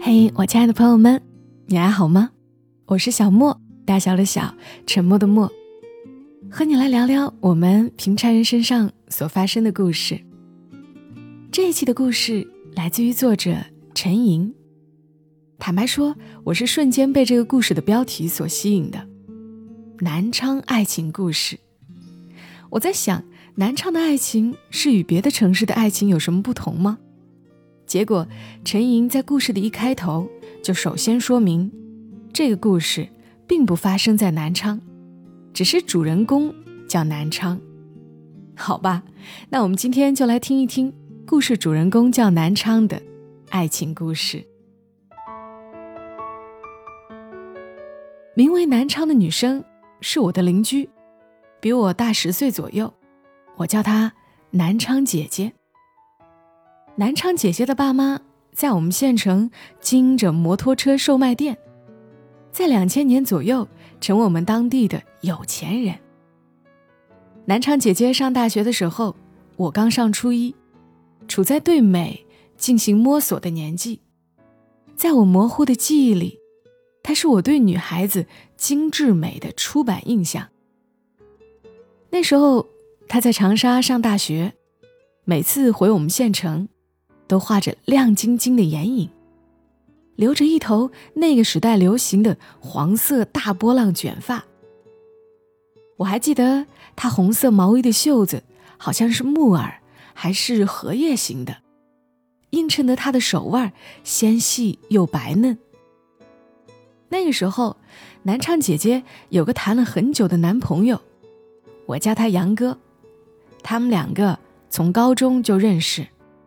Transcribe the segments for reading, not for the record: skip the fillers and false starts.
嘿，我亲爱的朋友们，你还好吗？我是小莫，大小的小，沉默的默，和你来聊聊我们平常人身上所发生的故事。这一期的故事来自于作者陈莹。坦白说，我是瞬间被这个故事的标题所吸引的。南昌爱情故事。我在想，南昌的爱情是与别的城市的爱情有什么不同吗？结果陈莹在故事的一开头就首先说明，这个故事并不发生在南昌，只是主人公叫南昌。好吧，那我们今天就来听一听故事主人公叫南昌的爱情故事。名为南昌的女生是我的邻居，比我大10岁左右，我叫她南昌姐姐。南昌姐姐的爸妈在我们县城经营着摩托车售卖店，在2000年左右成为我们当地的有钱人。南昌姐姐上大学的时候，我刚上初一，处在对美进行摸索的年纪。在我模糊的记忆里，她是我对女孩子精致美的初版印象。那时候她在长沙上大学，每次回我们县城都画着亮晶晶的眼影，留着一头那个时代流行的黄色大波浪卷发。我还记得她红色毛衣的袖子好像是木耳还是荷叶型的，映衬得她的手腕纤细又白嫩。那个时候南昌姐姐有个谈了很久的男朋友，我叫他杨哥，他们两个从高中就认识。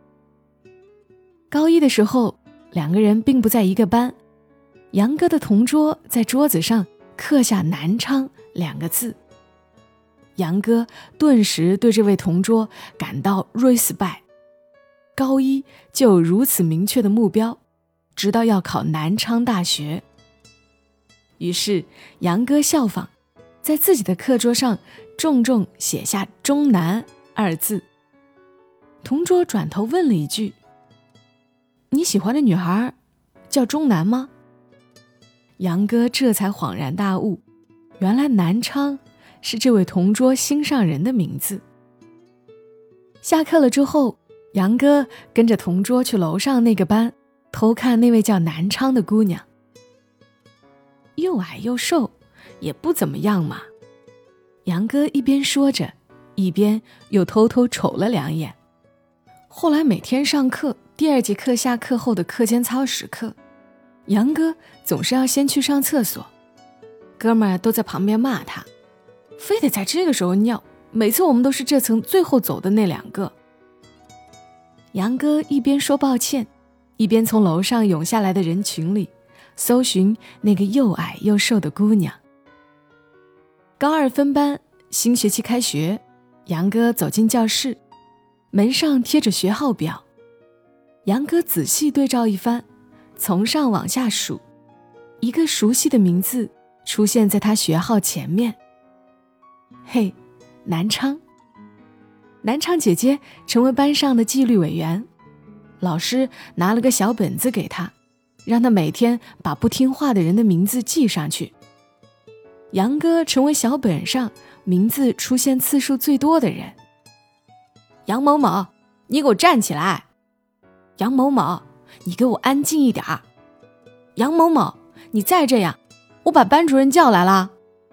高一的时候，两个人并不在一个班，杨哥的同桌在桌子上刻下南昌2个字。杨哥顿时对这位同桌感到 respect， 高一就有如此明确的目标，知道要考南昌大学。于是杨哥效仿，在自己的课桌上重重写下中南2字。同桌转头问了一句，你喜欢的女孩叫中南吗？杨哥这才恍然大悟，原来南昌是这位同桌心上人的名字。下课了之后，杨哥跟着同桌去楼上那个班偷看那位叫南昌的姑娘。又矮又瘦，也不怎么样嘛。杨哥一边说着，一边又偷偷瞅了2眼。后来每天上课，第2节课下课后的课间操时刻，杨哥总是要先去上厕所，哥们儿都在旁边骂他，非得在这个时候尿，每次我们都是这层最后走的那2个。杨哥一边说抱歉，一边从楼上涌下来的人群里搜寻那个又矮又瘦的姑娘。高2分班，新学期开学，杨哥走进教室，门上贴着学号表。杨哥仔细对照一番，从上往下数，一个熟悉的名字出现在他学号前面。嘿，南昌。南昌姐姐成为班上的纪律委员，老师拿了个小本子给她，让她每天把不听话的人的名字记上去。杨哥成为小本上名字出现次数最多的人。杨某某，你给我站起来！杨某某，你给我安静一点！杨某某，你再这样，我把班主任叫来了。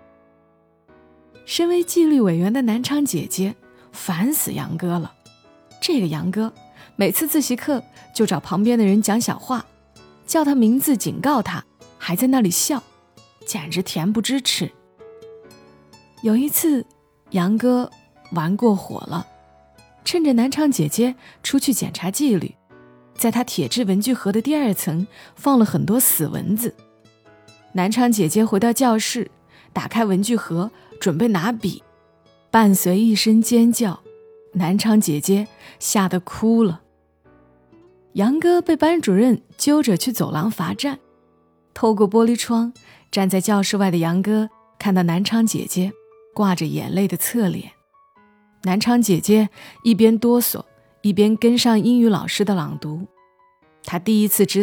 身为纪律委员的南昌姐姐烦死杨哥了。这个杨哥每次自习课就找旁边的人讲小话，叫他名字警告他，还在那里笑，简直恬不知耻。有一次杨哥玩过火了，趁着南昌姐姐出去检查纪律，在他铁质文具盒的第2层放了很多死蚊子。南昌姐姐回到教室，打开文具盒准备拿笔，伴随一声尖叫，南昌姐姐吓得哭了。杨哥被班主任揪着去走廊罚站，透过玻璃窗站在教室外的杨哥看到南昌姐姐挂着眼泪的侧脸。南昌姐姐一边哆嗦一边跟上英语老师的朗读，她第一次知道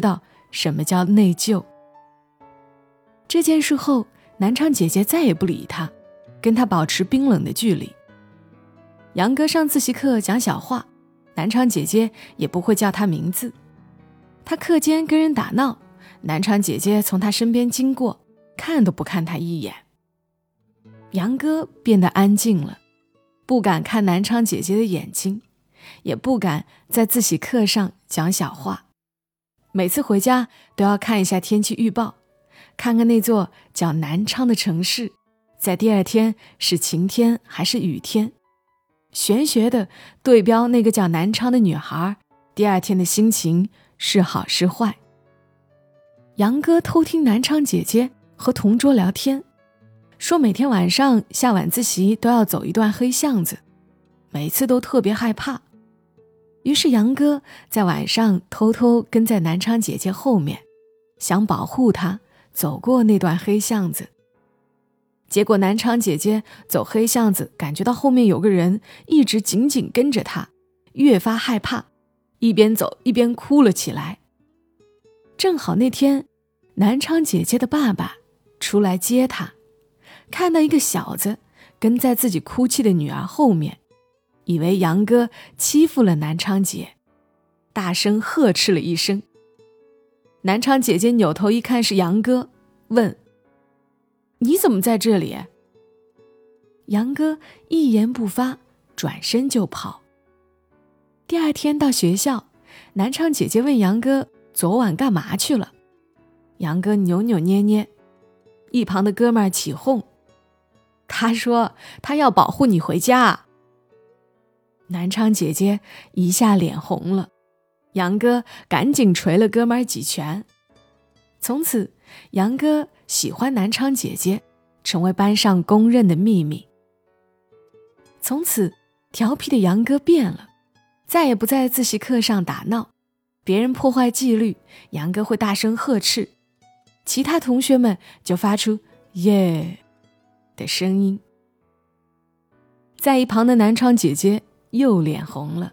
什么叫内疚。这件事后，南昌姐姐再也不理他，跟他保持冰冷的距离。杨哥上自习课讲小话，南昌姐姐也不会叫他名字。他课间跟人打闹，南昌姐姐从他身边经过，看都不看他一眼。杨哥变得安静了，不敢看南昌姐姐的眼睛，也不敢在自习课上讲小话。每次回家都要看一下天气预报，看看那座叫南昌的城市，在第二天是晴天还是雨天，玄学的对标那个叫南昌的女孩，第二天的心情是好是坏。杨哥偷听南昌姐姐和同桌聊天，说每天晚上下晚自习都要走一段黑巷子，每次都特别害怕。于是杨哥在晚上偷偷跟在南昌姐姐后面，想保护她走过那段黑巷子。结果南昌姐姐走黑巷子，感觉到后面有个人一直紧紧跟着她，越发害怕，一边走一边哭了起来。正好那天南昌姐姐的爸爸出来接她，看到一个小子跟在自己哭泣的女儿后面，以为杨哥欺负了南昌姐，大声呵斥了一声。南昌姐姐扭头一看是杨哥，问：你怎么在这里？杨哥一言不发，转身就跑。第二天到学校，南昌姐姐问杨哥昨晚干嘛去了。杨哥扭扭捏捏，一旁的哥们儿起哄，他说他要保护你回家。南昌姐姐一下脸红了，杨哥赶紧捶了哥们儿几拳。从此杨哥喜欢南昌姐姐，成为班上公认的秘密。从此调皮的杨哥变了，再也不在自习课上打闹，别人破坏纪律，杨哥会大声呵斥，其他同学们就发出耶的声音。在一旁的南昌姐姐又脸红了。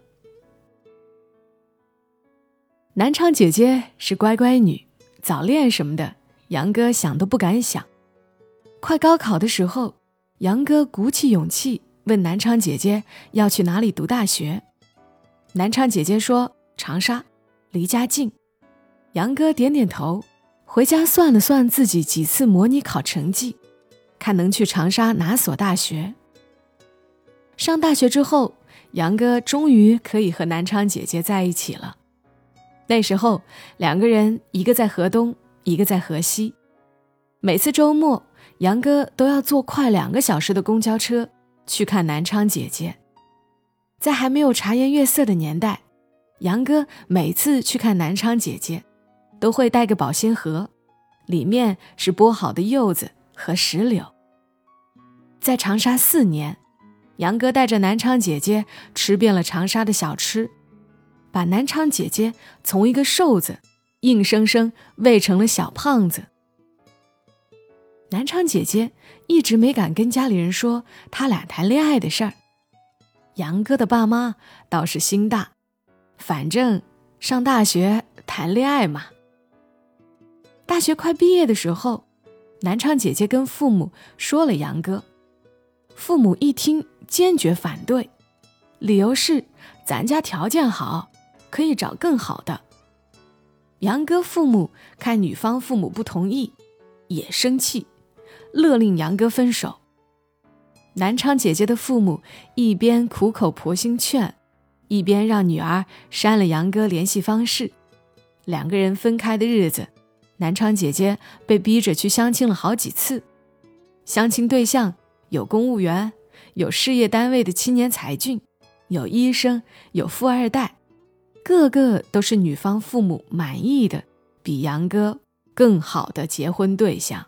南昌姐姐是乖乖女，早恋什么的杨哥想都不敢想。快高考的时候，杨哥鼓起勇气问南昌姐姐要去哪里读大学。南昌姐姐说长沙，离家近。杨哥点点头，回家算了算自己几次模拟考成绩，看能去长沙哪所大学。上大学之后，杨哥终于可以和南昌姐姐在一起了。那时候两个人一个在河东，一个在河西，每次周末杨哥都要坐快2个小时的公交车去看南昌姐姐。在还没有茶颜悦色的年代，杨哥每次去看南昌姐姐都会带个保鲜盒，里面是剥好的柚子和石榴。在长沙4年，杨哥带着南昌姐姐吃遍了长沙的小吃，把南昌姐姐从一个瘦子硬生生喂成了小胖子。南昌姐姐一直没敢跟家里人说他俩谈恋爱的事儿，杨哥的爸妈倒是心大，反正上大学谈恋爱嘛。大学快毕业的时候，南昌姐姐跟父母说了杨哥，父母一听坚决反对，理由是咱家条件好，可以找更好的。杨哥父母看女方父母不同意，也生气，勒令杨哥分手。南昌姐姐的父母一边苦口婆心劝，一边让女儿删了杨哥联系方式。2个人分开的日子，南昌姐姐被逼着去相亲了好几次。相亲对象有公务员，有事业单位的青年才俊，有医生，有富二代，个个都是女方父母满意的比杨哥更好的结婚对象。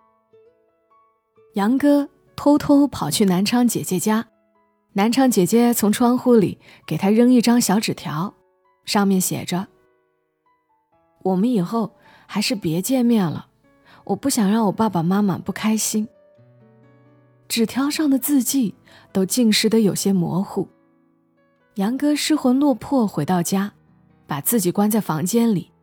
杨哥偷偷跑去南昌姐姐家，南昌姐姐从窗户里给他扔一张小纸条，上面写着：我们以后还是别见面了，我不想让我爸爸妈妈不开心。纸条上的字迹都浸湿得有些模糊。杨哥失魂落魄回到家，把自己关在房间里，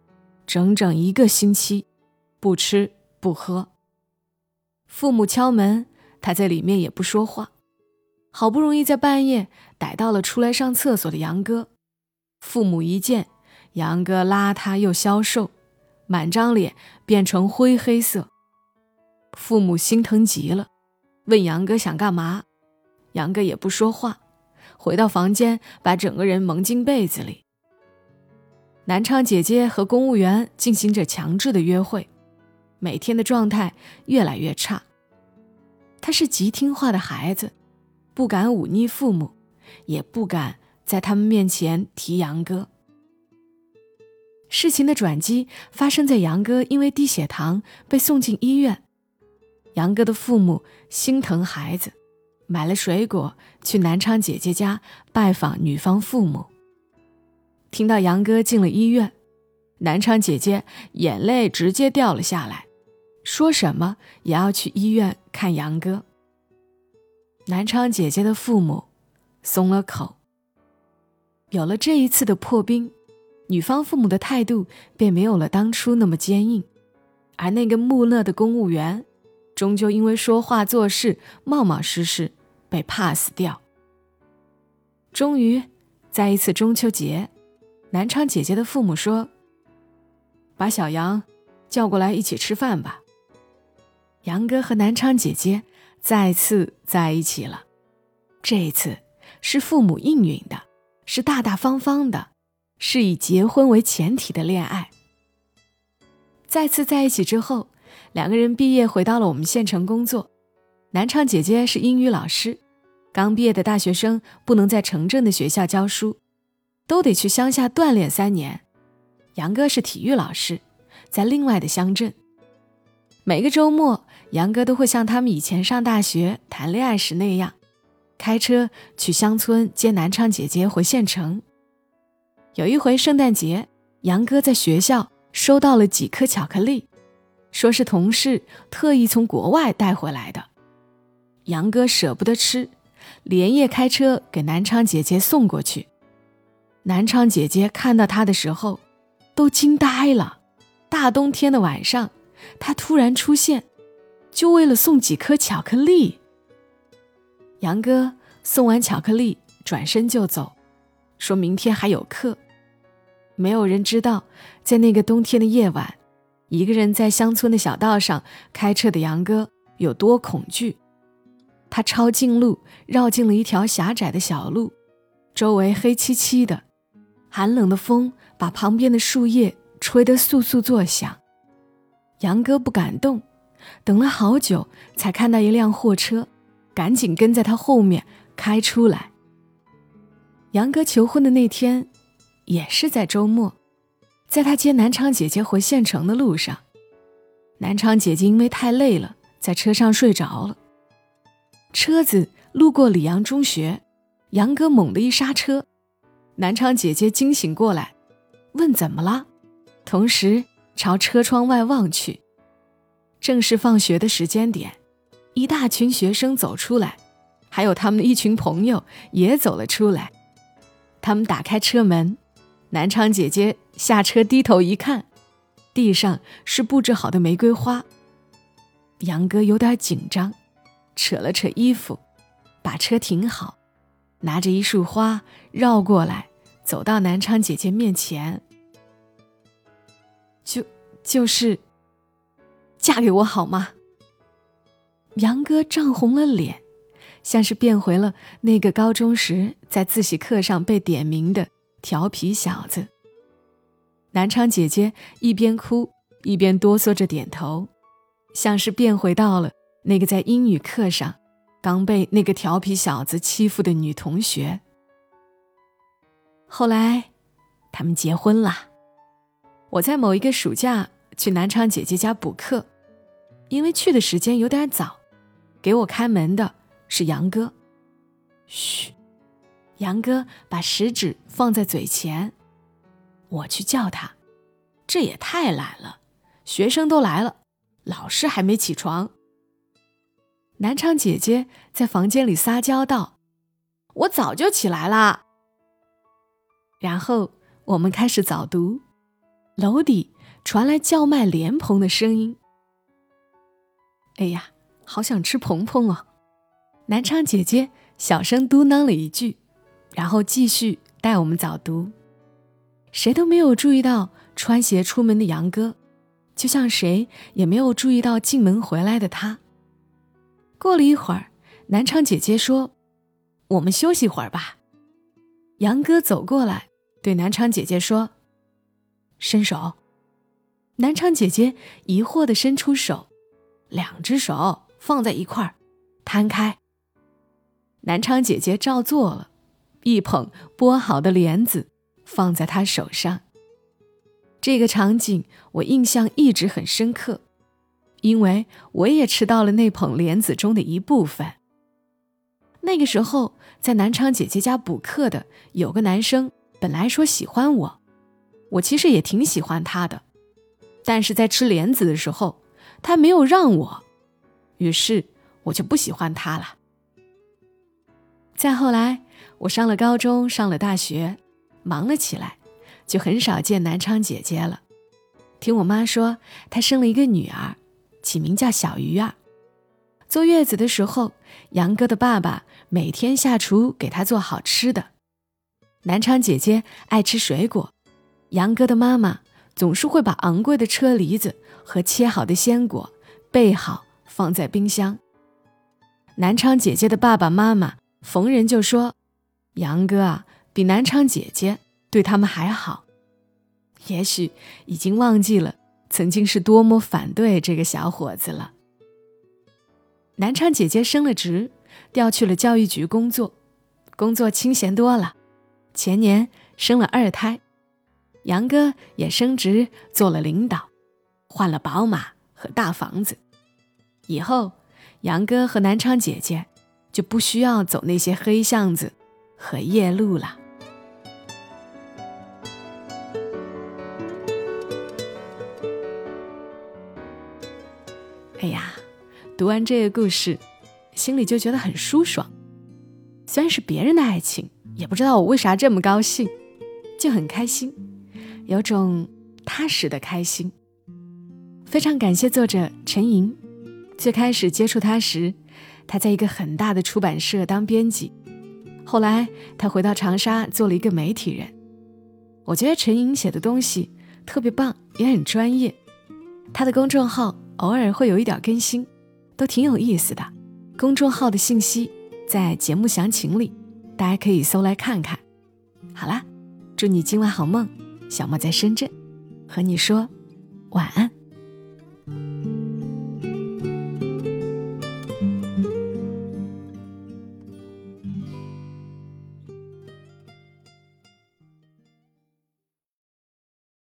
整整1个星期，不吃不喝。父母敲门，他在里面也不说话。好不容易在半夜逮到了出来上厕所的杨哥，父母一见，杨哥邋遢又消瘦，满张脸变成灰黑色。父母心疼极了，问杨哥想干嘛，杨哥也不说话，回到房间把整个人蒙进被子里。南昌姐姐和公务员进行着强制的约会，每天的状态越来越差。她是极听话的孩子，不敢忤逆父母，也不敢在他们面前提杨哥。事情的转机发生在杨哥因为低血糖被送进医院。杨哥的父母心疼孩子，买了水果去南昌姐姐家拜访女方父母。听到杨哥进了医院，南昌姐姐眼泪直接掉了下来，说什么也要去医院看杨哥。南昌姐姐的父母松了口。有了这一次的破冰，女方父母的态度便没有了当初那么坚硬，而那个木讷的公务员终究因为说话做事冒冒失失被 pass 掉。终于在一次中秋节，南昌姐姐的父母说，把小杨叫过来一起吃饭吧。杨哥和南昌姐姐再次在一起了，这一次是父母应允的，是大大方方的，是以结婚为前提的恋爱。再次在一起之后，两个人毕业回到了我们县城工作。南昌姐姐是英语老师，刚毕业的大学生不能在城镇的学校教书，都得去乡下锻炼3年。杨哥是体育老师，在另外的乡镇。每个周末，杨哥都会像他们以前上大学谈恋爱时那样，开车去乡村接南昌姐姐回县城。有一回圣诞节，杨哥在学校收到了几颗巧克力，说是同事特意从国外带回来的。杨哥舍不得吃，连夜开车给南昌姐姐送过去。南昌姐姐看到他的时候都惊呆了，大冬天的晚上，他突然出现，就为了送几颗巧克力。杨哥送完巧克力转身就走，说明天还有课。没有人知道，在那个冬天的夜晚，一个人在乡村的小道上开车的杨哥有多恐惧。他抄近路，绕进了一条狭窄的小路，周围黑漆漆的，寒冷的风把旁边的树叶吹得簌簌作响。杨哥不敢动，等了好久才看到一辆货车，赶紧跟在他后面开出来。杨哥求婚的那天也是在周末，在他接南昌姐姐回县城的路上，南昌姐姐因为太累了，在车上睡着了。车子路过里阳中学，杨哥猛地一刹车，南昌姐姐惊醒过来，问怎么了，同时朝车窗外望去。正是放学的时间点，一大群学生走出来，还有他们的一群朋友也走了出来。他们打开车门，南昌姐姐下车低头一看，地上是布置好的玫瑰花。杨哥有点紧张，扯了扯衣服，把车停好，拿着一束花绕过来，走到南昌姐姐面前。就是嫁给我好吗？杨哥涨红了脸，像是变回了那个高中时在自习课上被点名的调皮小子。南昌姐姐一边哭一边哆嗦着点头，像是变回到了那个在英语课上刚被那个调皮小子欺负的女同学。后来他们结婚了。我在某一个暑假去南昌姐姐家补课，因为去的时间有点早，给我开门的是杨哥。嘘，杨哥把食指放在嘴前，我去叫他。这也太懒了，学生都来了，老师还没起床。南昌姐姐在房间里撒娇道，我早就起来啦。然后我们开始早读，楼底传来叫卖莲蓬的声音。哎呀，好想吃蓬蓬哦！南昌姐姐小声嘟囔了一句，然后继续带我们早读。谁都没有注意到穿鞋出门的杨哥，就像谁也没有注意到进门回来的他。过了一会儿，南昌姐姐说：“我们休息会儿吧。”杨哥走过来，对南昌姐姐说：“伸手。”南昌姐姐疑惑地伸出手，2只手放在一块儿，摊开。南昌姐姐照做了，一捧剥好的莲子放在她手上。这个场景我印象一直很深刻，因为我也吃到了那捧莲子中的一部分。那个时候在南昌姐姐家补课的有个男生，本来说喜欢我，我其实也挺喜欢他的，但是在吃莲子的时候他没有让我，于是我就不喜欢他了。再后来我上了高中，上了大学，忙了起来，就很少见南昌姐姐了。听我妈说她生了一个女儿，起名叫小鱼儿。坐月子的时候，杨哥的爸爸每天下厨给他做好吃的。南昌姐姐爱吃水果，杨哥的妈妈总是会把昂贵的车厘子和切好的鲜果备好放在冰箱。南昌姐姐的爸爸妈妈逢人就说，杨哥啊，比南昌姐姐对他们还好。也许已经忘记了曾经是多么反对这个小伙子了。南昌姐姐升了职，调去了教育局工作，工作清闲多了，前年生了2胎。杨哥也升职做了领导，换了宝马和大房子。以后杨哥和南昌姐姐就不需要走那些黑巷子和夜路了。哎呀，读完这个故事，心里就觉得很舒爽。虽然是别人的爱情，也不知道我为啥这么高兴，就很开心，有种踏实的开心。非常感谢作者陈莹。最开始接触他时，他在一个很大的出版社当编辑，后来他回到长沙做了一个媒体人。我觉得陈莹写的东西特别棒，也很专业。他的公众号偶尔会有一点更新，都挺有意思的。公众号的信息在节目详情里，大家可以搜来看看。好啦，祝你今晚好梦，小莫在深圳和你说晚安。